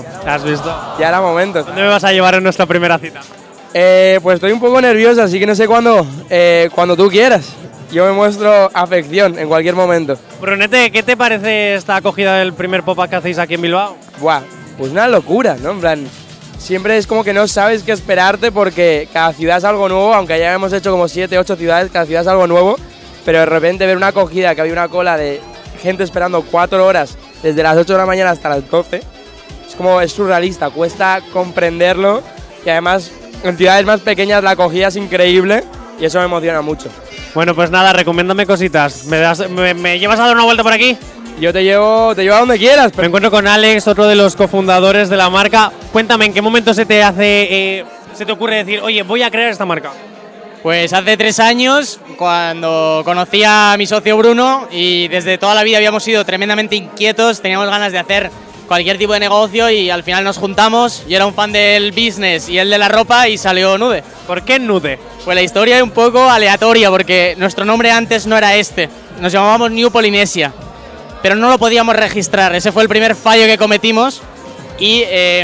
Ya era momento. ¿Dónde me vas a llevar en nuestra primera cita? Pues estoy un poco nervioso, así que no sé cuándo. Cuando tú quieras. Yo me muestro afección en cualquier momento. Brunete, ¿qué te parece esta acogida del primer pop-up que hacéis aquí en Bilbao? Buah, pues una locura, ¿no? En plan, siempre es como que no sabes qué esperarte porque cada ciudad es algo nuevo, aunque ya hemos hecho como 7, 8 ciudades, cada ciudad es algo nuevo, pero de repente ver una acogida que había una cola de gente esperando 4 horas desde las 8 de la mañana hasta las 12, es surrealista, cuesta comprenderlo y además en ciudades más pequeñas la acogida es increíble y eso me emociona mucho. Bueno, pues nada, recomiéndame cositas. ¿Me llevas a dar una vuelta por aquí? Yo te llevo a donde quieras. Me encuentro con Alex, otro de los cofundadores de la marca. Cuéntame, ¿en qué momento se te ocurre decir, oye, voy a crear esta marca? Pues hace 3 años, cuando conocí a mi socio Bruno, y desde toda la vida habíamos sido tremendamente inquietos, teníamos ganas de hacer cualquier tipo de negocio y al final nos juntamos. Yo era un fan del business y él de la ropa y salió Nude. ¿Por qué Nude? Pues la historia es un poco aleatoria porque nuestro nombre antes no era este. Nos llamábamos New Polinesia, pero no lo podíamos registrar. Ese fue el primer fallo que cometimos y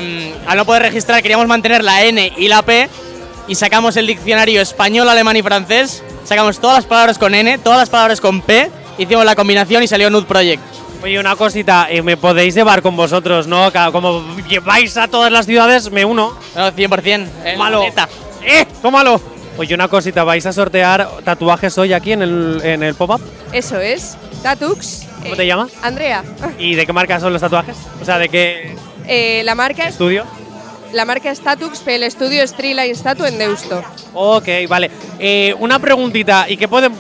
al no poder registrar queríamos mantener la N y la P y sacamos el diccionario español, alemán y francés. Sacamos todas las palabras con N, todas las palabras con P, hicimos la combinación y salió Nude Project. Oye, una cosita, me podéis llevar con vosotros, ¿no? Como lleváis a todas las ciudades, me uno. No, 100%. ¡Tómalo! ¡Tómalo! Oye, una cosita, ¿vais a sortear tatuajes hoy aquí en el pop-up? Eso es, Tatux. ¿Cómo te llamas? Andrea. ¿Y de qué marca son los tatuajes? O sea, ¿de qué La marca estudio? La marca es Tatux, pero el estudio es Treeline Tattoo en Deusto. Ok, vale. Una preguntita, ¿y qué puedo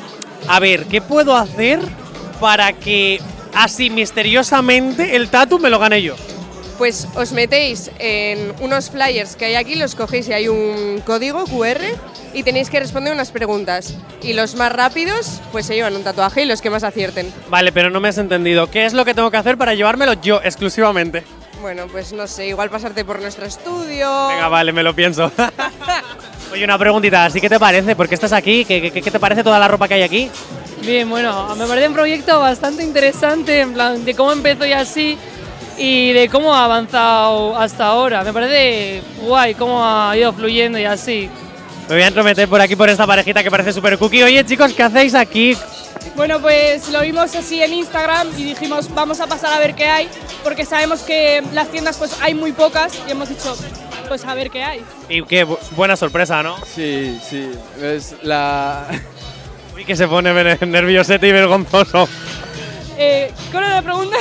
hacer para que así misteriosamente el tatu me lo gane yo? Pues os metéis en unos flyers que hay aquí, los cogéis y hay un código QR y tenéis que responder unas preguntas. Y los más rápidos, pues se llevan un tatuaje y los que más acierten. Vale, pero no me has entendido. ¿Qué es lo que tengo que hacer para llevármelo yo exclusivamente? Bueno, pues no sé, igual pasarte por nuestro estudio. Venga, vale, me lo pienso. Oye, una preguntita, ¿así qué te parece? ¿Por qué estás aquí? ¿Qué te parece toda la ropa que hay aquí? Bien, bueno, me parece un proyecto bastante interesante, en plan, de cómo empezó y así, y de cómo ha avanzado hasta ahora. Me parece guay cómo ha ido fluyendo y así. Me voy a entrometer por aquí por esta parejita que parece súper cookie. Oye, chicos, ¿qué hacéis aquí? Bueno, pues lo vimos así en Instagram y dijimos, vamos a pasar a ver qué hay, porque sabemos que las tiendas pues hay muy pocas y hemos dicho, pues a ver qué hay. Y qué buena sorpresa, ¿no? Sí, es la... Uy, que se pone nerviosete y vergonzoso. ¿Cuál era la pregunta?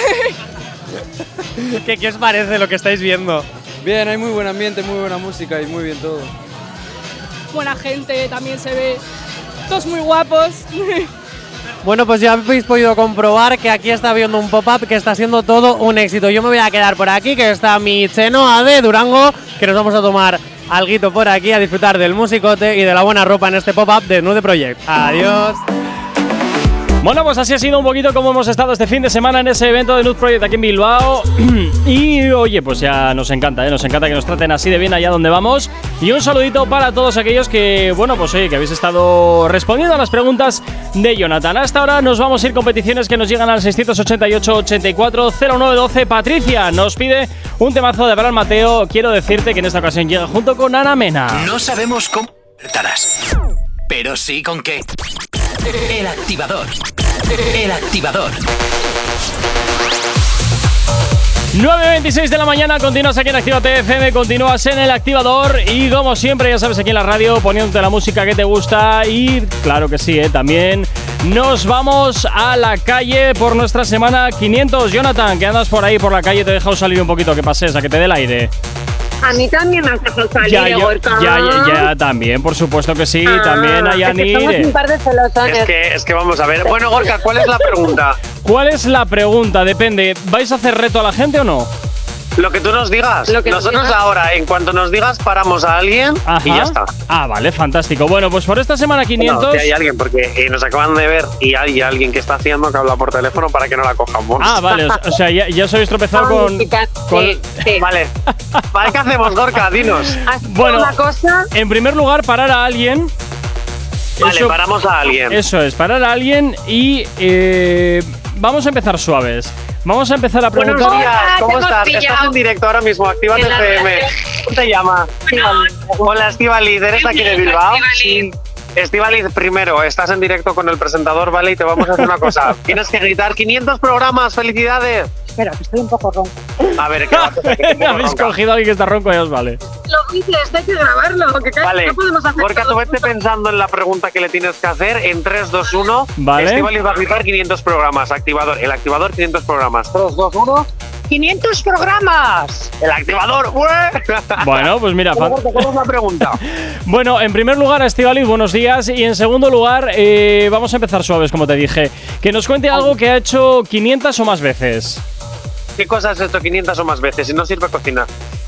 ¿Qué os parece lo que estáis viendo? Bien, hay muy buen ambiente, muy buena música y muy bien todo. buena gente, también se ve. Todos muy guapos. Bueno, pues ya habéis podido comprobar que aquí está habiendo un pop-up que está siendo todo un éxito. Yo me voy a quedar por aquí, que está mi Chenoa de Durango, que nos vamos a tomar alguito por aquí, a disfrutar del musicote y de la buena ropa en este pop-up de Nude Project. Adiós. Bueno, pues así ha sido un poquito como hemos estado este fin de semana en ese evento de Nude Project aquí en Bilbao. Y oye, pues ya nos encanta que nos traten así de bien allá donde vamos. Y un saludito para todos aquellos que, bueno, pues oye, que habéis estado respondiendo a las preguntas de Jonathan. Hasta ahora nos vamos a ir competiciones que nos llegan al 688-84-0912. Patricia nos pide un temazo de Abraham Mateo. Quiero decirte que en esta ocasión llega junto con Ana Mena. No sabemos cómo estarás, pero sí con qué. El activador. El activador. 9:26 de la mañana, continúas aquí en Actívate FM, continúas en El Activador y como siempre, ya sabes, aquí en la radio poniéndote la música que te gusta y claro que sí, también nos vamos a la calle por nuestra semana 500. Jonathan, que andas por ahí por la calle, te he dejado salir un poquito, que pases, a que te dé el aire. A mí también me has dejado salir, Gorka. Ya, también, por supuesto que sí, también a Yanire. Somos un par de celosones. Es que vamos a ver. Bueno, Gorka, ¿cuál es la pregunta? ¿Cuál es la pregunta? Depende, ¿vais a hacer reto a la gente o no? Lo que tú nos digas. Nosotros ahora, en cuanto nos digas, paramos a alguien y ya está. Ah, vale, fantástico. Bueno, pues por esta semana 500… No, si hay alguien, porque nos acaban de ver y hay alguien que está haciendo que habla por teléfono para que no la cojamos. Ah, vale, o sea, ya os habéis tropezado con… Sí. Vale. ¿Qué hacemos, Gorka? Dinos. Bueno, una cosa. En primer lugar, parar a alguien. Vale, paramos a alguien. Eso es, parar a alguien y vamos a empezar suaves. Vamos a empezar a preguntar… Buenos días, ¿cómo estás? Estás en directo ahora mismo, Actívate FM. ¿Cómo te llamas? Hola, Estíbaliz, ¿eres aquí de Bilbao? Sí. Estíbaliz, primero, estás en directo con el presentador, ¿vale? Y te vamos a hacer una cosa. Tienes que gritar 500 programas, ¡felicidades! Espera, que estoy un poco ronco. A ver, ¿qué habéis cogido a alguien que está ronco y os vale. Lo dices, hay que grabarlo, que vale. No podemos hacer. Gorka, tú vete pensando en la pregunta que le tienes que hacer en 3, 2, 1. Vale. Estíbaliz va a gritar 500 programas, activador. El activador, 500 programas. 3, 2, 1. ¡500 programas! ¡El activador! Bueno, pues mira… ¿Cuál es la pregunta? Bueno, en primer lugar, Estíbaliz, buenos días. Y en segundo lugar, vamos a empezar suaves, como te dije. Que nos cuente algo que ha hecho 500 o más veces. ¿Qué cosas has hecho 500 o más veces? Si no sirve cocinar.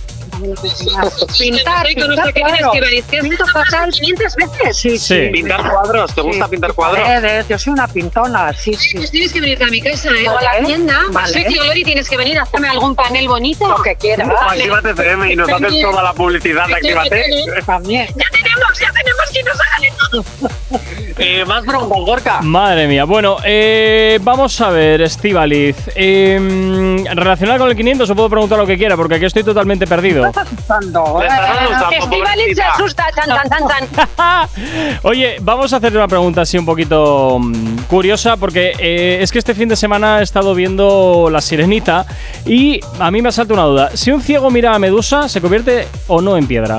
Pintar cuadros. ¿Pinto pasar 500 veces? Sí. ¿Pintar cuadros? ¿Te gusta pintar cuadros? Yo soy una pintona, sí. Pues tienes que venir a mi casa, o a la Vale. tienda. Vale. Soy Tío Lori, tienes que venir a hacerme algún panel bonito. Lo que quieras. Actívate FM y nos haces toda la publicidad de Actívate. También. Ya tenemos que nos hagan todo. Más preguntas, Gorka. Madre mía. Bueno, vamos a ver, Estíbaliz. Relacionado con el 500 os puedo preguntar lo que quiera, porque aquí estoy totalmente perdido. Estás asustando. Estíbaliz se asusta, chan. Oye, vamos a hacer una pregunta así un poquito curiosa, porque es que este fin de semana he estado viendo La Sirenita y a mí me salta una duda. Si un ciego mira a Medusa, ¿se convierte o no en piedra?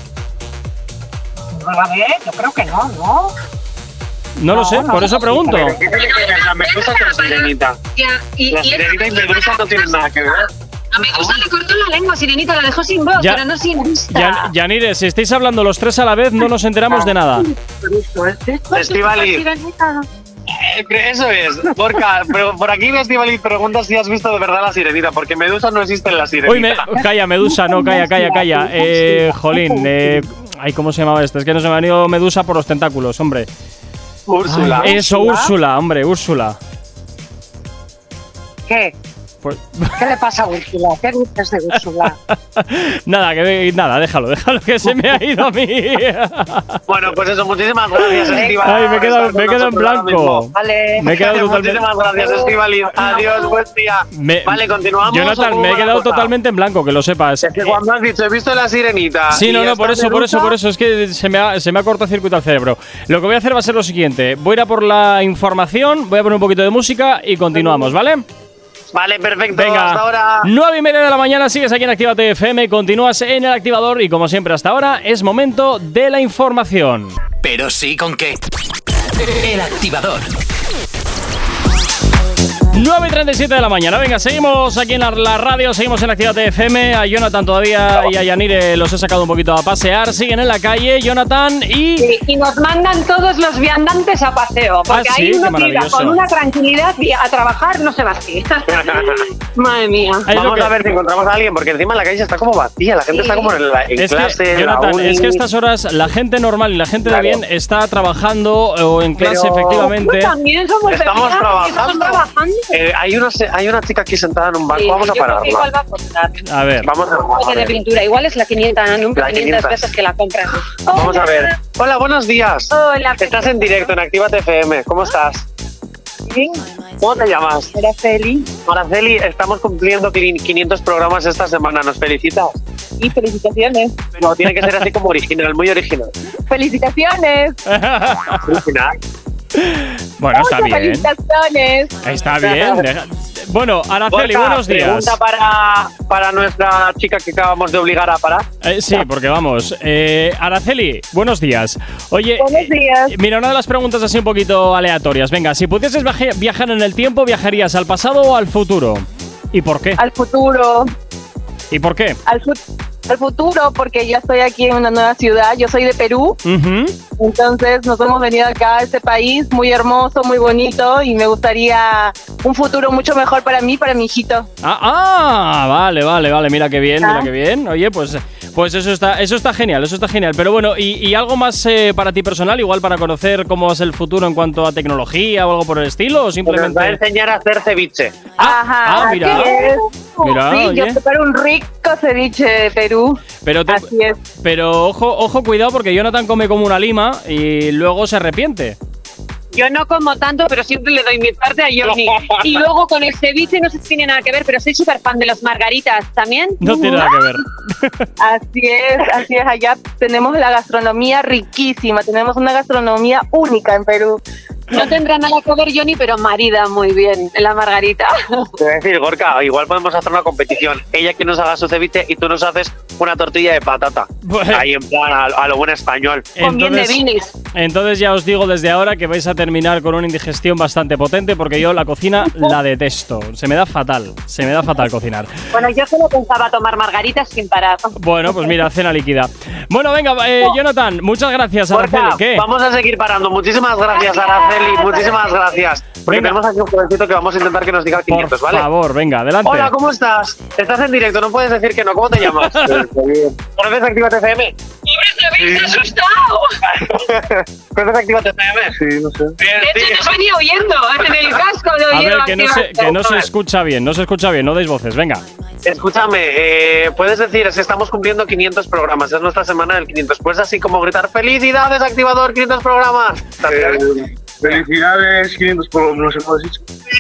A ver, yo creo que no, ¿no? No lo sé, por eso pregunto. ¿Qué tiene que ver la Medusa con la Sirenita? La Sirenita y Medusa no tienen nada que ver. A Medusa le cortó la lengua, Sirenita, la dejó sin voz, pero no sin vista. Yanire, si estáis hablando los tres a la vez, no nos enteramos de nada. Estíbaliz. Eso es, Gorka, pero por aquí Estíbaliz pregunta si has visto de verdad la Sirenita, porque Medusa no existe en la Sirenita. Calla, Medusa, no, calla. Jolín, ay, ¿cómo se llamaba esto? Es que no se me ha venido Medusa por los tentáculos, hombre. Úrsula. Ay, eso, Úrsula, hombre, Úrsula. ¿Qué? Pues… ¿Qué le pasa a Úrsula? ¿Qué dices de Úrsula? nada, déjalo, que se me ha ido a mí. Bueno, pues eso, muchísimas gracias, Estíbaliz. Ay, me he quedado en blanco. Vale. Me he quedado totalmente… Muchísimas gracias, Estíbaliz. Adiós, buen día. Vale, continuamos. Jonathan, me he quedado totalmente en blanco, que lo sepas. Es que cuando has dicho, he visto la Sirenita… Sí, no, por eso, es que se me ha cortocircuitado el cerebro. Lo que voy a hacer va a ser lo siguiente. Voy a ir a por la información, voy a poner un poquito de música y continuamos, ¿vale? Vale, perfecto. Venga, hasta ahora. 9:30 de la mañana, sigues aquí en Actívate FM, continúas en El Activador y como siempre hasta ahora es momento de la información. Pero sí con qué. El activador. 9:37 de la mañana. Venga, seguimos aquí en la radio, seguimos en Actívate FM. A Jonathan todavía y a Yanire los he sacado un poquito a pasear. Siguen en la calle, Jonathan y... Sí, y nos mandan todos los viandantes a paseo. Porque sí, ahí uno qué tira con una tranquilidad y a trabajar no se va así. Madre mía. Vamos a ver si encontramos a alguien, porque encima la calle está como vacía. La gente está como en clase, en la Jonathan, uni. es que a estas horas la gente normal y la gente de bien está trabajando o en clase, efectivamente. También somos Estamos de vida, estamos trabajando. Hay una chica aquí sentada en un banco, vamos a pararla. Igual va a costar. A ver. Vamos a De ver. pintura, igual es la 500, ¿no? 500 veces que la compras. Vamos a ver. Hola, buenos días. Hola. Estás en directo en Actívate FM. ¿Cómo estás? Bien. ¿Cómo te llamas? Araceli. Araceli, estamos cumpliendo 500 programas esta semana. ¿Nos felicitas? Y felicitaciones. Pero tiene que ser así como original, muy original. Felicitaciones. Original. Bueno, está Muchas bien. Felicitaciones. Está bien. Bueno, Araceli, Gorka, buenos días. Pregunta para nuestra chica que acabamos de obligar a parar. Sí, porque vamos. Araceli, buenos días. Oye, buenos días. Mira, una de las preguntas así un poquito aleatorias. Venga, si pudieses viajar en el tiempo, ¿viajarías al pasado o al futuro? ¿Y por qué? Al futuro. ¿Y por qué? Al futuro, porque yo estoy aquí en una nueva ciudad. Yo soy de Perú. Entonces nos hemos venido acá a este país muy hermoso, muy bonito, y me gustaría un futuro mucho mejor para mí, para mi hijito. Vale. Mira qué bien, Oye, pues eso está genial, Pero bueno, ¿y algo más para ti personal? Igual para conocer cómo es el futuro en cuanto a tecnología o algo por el estilo, o simplemente... Nos va a enseñar a hacer ceviche. Ajá, mira. así es. Mira, sí, oye. yo preparo un rico ceviche de Perú. Así es. Pero ojo, cuidado, porque Jonathan come como una lima y luego se arrepiente. Yo no como tanto, pero siempre le doy mi parte a Johnny. Y luego con el ceviche, no sé si tiene nada que ver, pero soy súper fan de los margaritas también. No tiene nada que ver. Así es. Allá tenemos la gastronomía riquísima. Tenemos una gastronomía única en Perú. No tendrá nada que ver, Johnny, pero marida muy bien en la margarita. Te voy a decir, Gorka, igual podemos hacer una competición. Ella que nos haga su ceviche y tú nos haces una tortilla de patata. Ahí en plan, a lo buen español. Entonces ya os digo desde ahora que vais a terminar con una indigestión bastante potente, porque yo la cocina la detesto. Se me da fatal cocinar. Bueno, yo solo pensaba tomar margaritas sin parar. Bueno, pues mira, cena líquida. Bueno, venga, Jonathan, muchas gracias, Gorka, Araceli. ¿Qué? Vamos a seguir parando. Muchísimas gracias, Araceli. Muchísimas gracias. Porque tenemos aquí un jovencito que vamos a intentar que nos diga 500, ¿vale? Por favor, venga, adelante. Hola, ¿cómo estás? Estás en directo, no puedes decir que no. ¿Cómo te llamas? ¿Conoces Actívate FM? ¡Pobre David, se ha asustado! ¿Conoces Actívate FM? Sí, no sé. De hecho, nos venía oyendo en el casco de A oído. ver, que no se escucha bien, no deis voces, venga. Escúchame, puedes decir, es que estamos cumpliendo 500 programas, es nuestra semana del 500. Puedes así como gritar, ¡felicidades, activador, 500 programas! Felicidades, 500 programas, no sé cómo has dicho.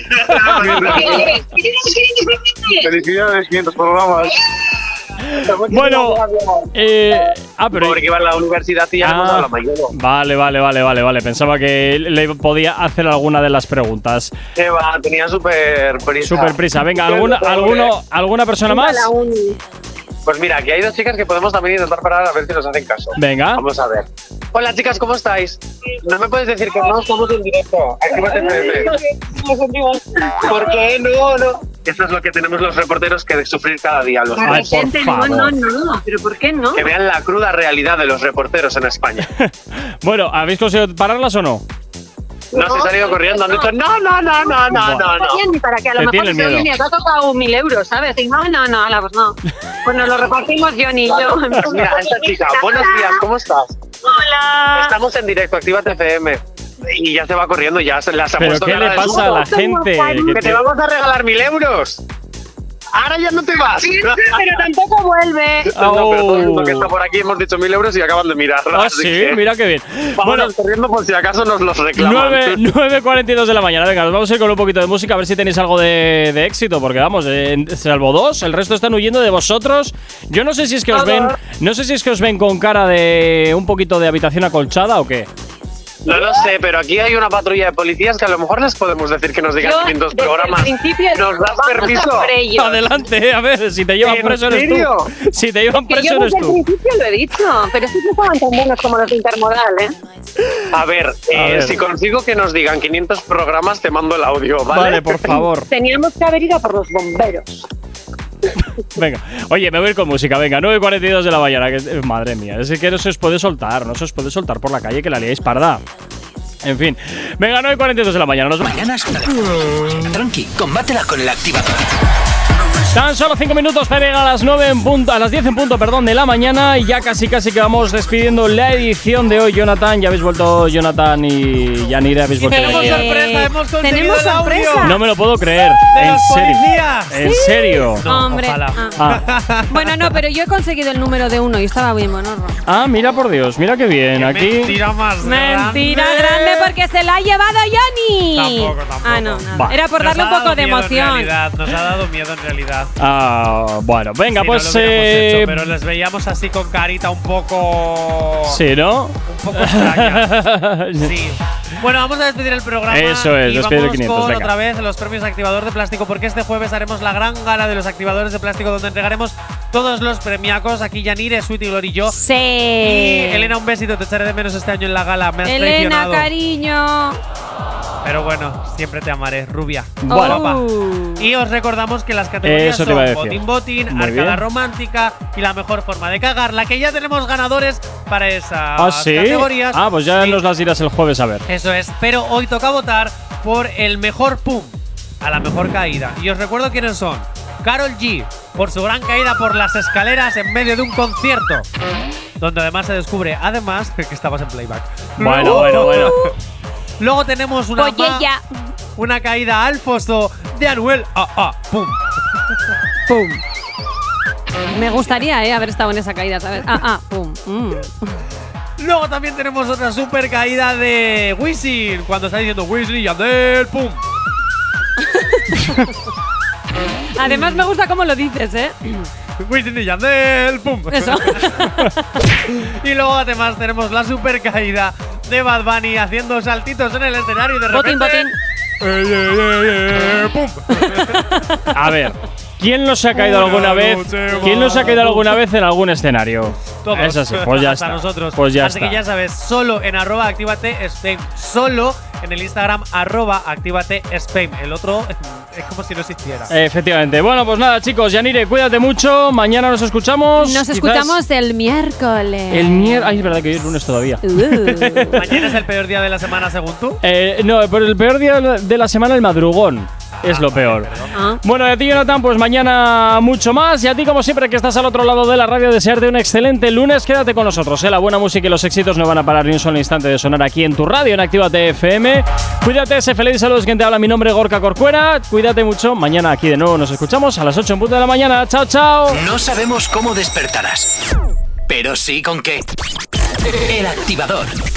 Felicidades, 500 programas. Bueno, pero porque iba a la universidad y ya hemos hablado mayor. Vale. Pensaba que le podía hacer alguna de las preguntas. Que va, tenía súper prisa. Venga, ¿alguna persona más? Pues mira, aquí hay dos chicas que podemos también intentar parar a ver si nos hacen caso. Venga. Vamos a ver. Hola, chicas, ¿cómo estáis? No me puedes decir que no, estamos en directo. Actívate FM. ¿Por qué? No. Eso es lo que tenemos los reporteros que sufrir cada día. Los Ay, por favor. No, pero ¿por qué no? Que vean la cruda realidad de los reporteros en España. Bueno, ¿habéis conseguido pararlas o no? No, se han salido corriendo, han dicho no. Ni para que a lo mejor se oye, ni te ha tocado 1.000 euros, ¿sabes? Y no, pues no. Pues nos lo repartimos Johnny y yo. Pues mira, esta chica, buenos días, ¿cómo estás? Hola. Estamos en directo, Actívate FM. Y ya se va corriendo, ya se las ha ¿Pero puesto qué le pasa a la gente? Que te vamos a regalar 1.000 euros. Ahora ya no te vas. Sí, pero tampoco vuelve. No, pero todo el mundo que está por aquí hemos dicho 1.000 euros y acaban de mirar. Sí, mira qué bien. Vámonos corriendo por si acaso nos los reclaman. 9:42 de la mañana. Venga, nos vamos a ir con un poquito de música a ver si tenéis algo de éxito, porque vamos, salvo dos, el resto están huyendo de vosotros. Yo no sé si es que os ven con cara de un poquito de habitación acolchada o qué. No lo sé, pero aquí hay una patrulla de policías que a lo mejor les podemos decir que nos digan 500 programas. ¿Nos das permiso? Adelante, a ver, si te llevan preso eres tú. Si te llevan preso eres tú. Yo desde el tú. principio lo he dicho, pero sí que estaban tan buenos como los de Intermodal, ¿eh? A ver, si consigo que nos digan 500 programas, te mando el audio, ¿vale? Vale, por favor. Teníamos que haber ido a por los bomberos. Venga, oye, me voy a ir con música, venga, 9:42 de la mañana, madre mía, es que no se os puede soltar, por la calle que la liáis parda. En fin, venga, 9:42 de la mañana, nos vemos. Mañanas, tranqui, combátela con el activador. Tan solo 5 minutos para llegar a las 10 en punto, de la mañana, y ya casi que vamos despidiendo la edición de hoy. Jonathan, ya habéis vuelto, Jonathan y Yanira, habéis vuelto. Tenemos sorpresa, hemos conseguido el audio. No me lo puedo creer, de en los serio. Policías. ¿En serio? No, hombre. Bueno, no, pero yo he conseguido el número de 1 y estaba bien monorro. Ah, mira por Dios, mira qué bien. Aquí. Mentira más Mentira grande porque se la ha llevado Johnny. Tampoco. Ah, no. Era por darle un poco de emoción. Nos ha dado miedo en realidad. Ah, bueno, venga, sí, pues. No lo hecho, pero les veíamos así con carita un poco. Sí, ¿no? Un poco extraña. Sí. Bueno, vamos a despedir el programa. Eso es, y despedir el vamos 500. con Venga. otra vez los premios Activador de Plástico, porque este jueves haremos la gran gala de los activadores de plástico, donde entregaremos todos los premiacos. Aquí Yanire, Sweetie, Glory y yo. Sí. Y Elena, un besito, te echaré de menos este año en la gala. Me has Elena, traicionado. cariño. Pero bueno, siempre te amaré, rubia. Bueno. Guapa. Y os recordamos que las categorías Eso te iba a son decir. Botín, Muy Arcada bien. Romántica y la mejor forma de cagarla, que ya tenemos ganadores para esas ¿Ah, sí? categorías. Ah, pues ya Sí. nos las dirás el jueves a ver. Eso es, pero hoy toca votar por el mejor pum a la mejor caída. Y os recuerdo quiénes son. Karol G, por su gran caída por las escaleras en medio de un concierto, donde además se descubre, que estabas en playback. Bueno. Luego tenemos una caída al foso de Anuel. Pum. Pum. Me gustaría, haber estado en esa caída, ¿sabes? Pum. Luego también tenemos otra super caída de Wisin, cuando está diciendo Wisin y Yandel, pum. Además me gusta cómo lo dices, Wisin y Yandel, pum. Eso. Y luego además tenemos la super caída de Bad Bunny haciendo saltitos en el escenario y de repente… ¡Pum! A ver, ¿quién no se ha caído alguna vez? ¿Quién no se ha caído alguna vez en algún escenario? Todos. Es así, pues ya Hasta está. nosotros. Pues ya Así está. que ya sabes, solo en @activatespam, solo en el Instagram @activatespam. El otro es como si no existiera. Efectivamente. Bueno, pues nada, chicos, Yanire, cuídate mucho. Mañana nos escuchamos. Nos escuchamos el miércoles. El miércoles. Ay, es verdad que hoy es lunes todavía. ¿Mañana es el peor día de la semana según tú? No, pero el peor día de la semana, el madrugón. Es lo peor. Bueno, y a ti, Jonathan, pues mañana mucho más. Y a ti, como siempre, que estás al otro lado de la radio, desearte un excelente lunes. Quédate con nosotros, La buena música y los éxitos no van a parar ni un solo instante de sonar aquí en tu radio, en Actívate FM. Cuídate, sé feliz, saludos, quien te habla. Mi nombre es Gorka Corcuera. Cuídate mucho. Mañana aquí de nuevo nos escuchamos a las 8 en punto de la mañana. Chao, chao. No sabemos cómo despertarás, pero sí con qué. El Activador.